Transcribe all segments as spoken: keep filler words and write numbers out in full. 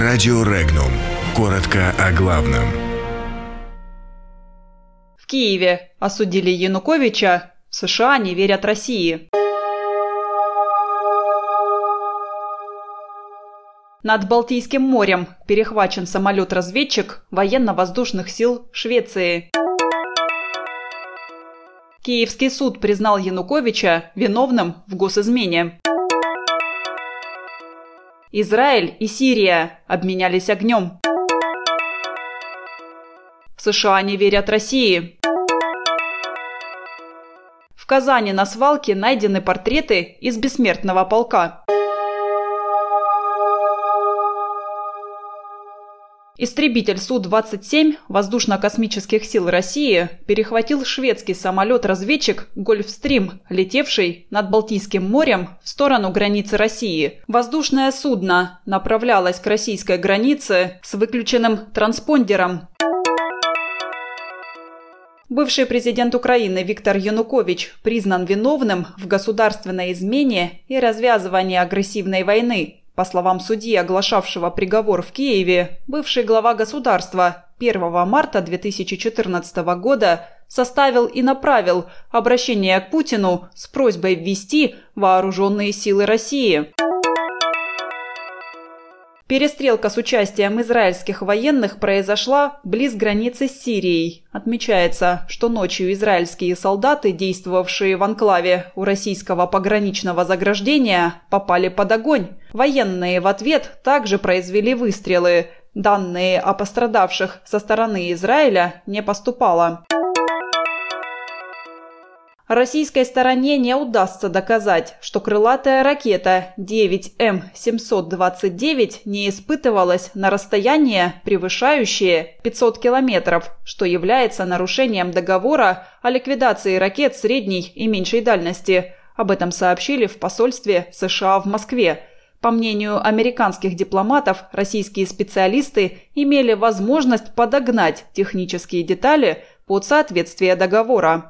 Радио Регнум. Коротко о главном. В Киеве осудили Януковича. В США не верят России. Над Балтийским морем перехвачен самолет-разведчик военно-воздушных сил Швеции. Киевский суд признал Януковича виновным в госизмене. Израиль и Сирия обменялись огнем. США не верят России. В Казани на свалке найдены портреты из бессмертного полка. Истребитель Су двадцать семь Воздушно-космических сил России перехватил шведский самолет-разведчик «Гольфстрим», летевший над Балтийским морем в сторону границы России. Воздушное судно направлялось к российской границе с выключенным транспондером. Бывший президент Украины Виктор Янукович признан виновным в государственной измене и развязывании агрессивной войны. По словам судьи, оглашавшего приговор в Киеве, бывший глава государства первого марта две тысячи четырнадцатого года составил и направил обращение к Путину с просьбой ввести вооруженные силы России. Перестрелка с участием израильских военных произошла близ границы с Сирией. Отмечается, что ночью израильские солдаты, действовавшие в анклаве у российского пограничного заграждения, попали под огонь. Военные в ответ также произвели выстрелы. Данные о пострадавших со стороны Израиля не поступало. Российской стороне не удастся доказать, что крылатая ракета девять Эм семьсот двадцать девять не испытывалась на расстояние, превышающее пятьсот километров, что является нарушением договора о ликвидации ракет средней и меньшей дальности. Об этом сообщили в посольстве США в Москве. По мнению американских дипломатов, российские специалисты имели возможность подогнать технические детали под соответствие договора.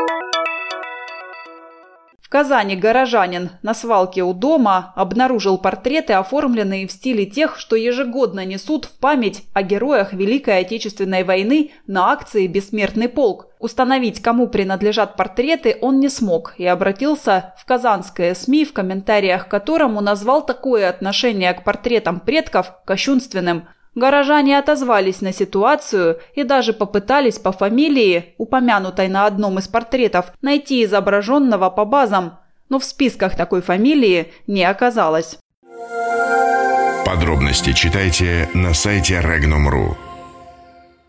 В Казани горожанин на свалке у дома обнаружил портреты, оформленные в стиле тех, что ежегодно несут в память о героях Великой Отечественной войны на акции «Бессмертный полк». Установить, кому принадлежат портреты, он не смог и обратился в казанское СМИ, в комментариях к которому назвал такое отношение к портретам предков кощунственным. Горожане отозвались на ситуацию и даже попытались по фамилии, упомянутой на одном из портретов, найти изображенного по базам, но в списках такой фамилии не оказалось. Подробности читайте на сайте регнум точка ру.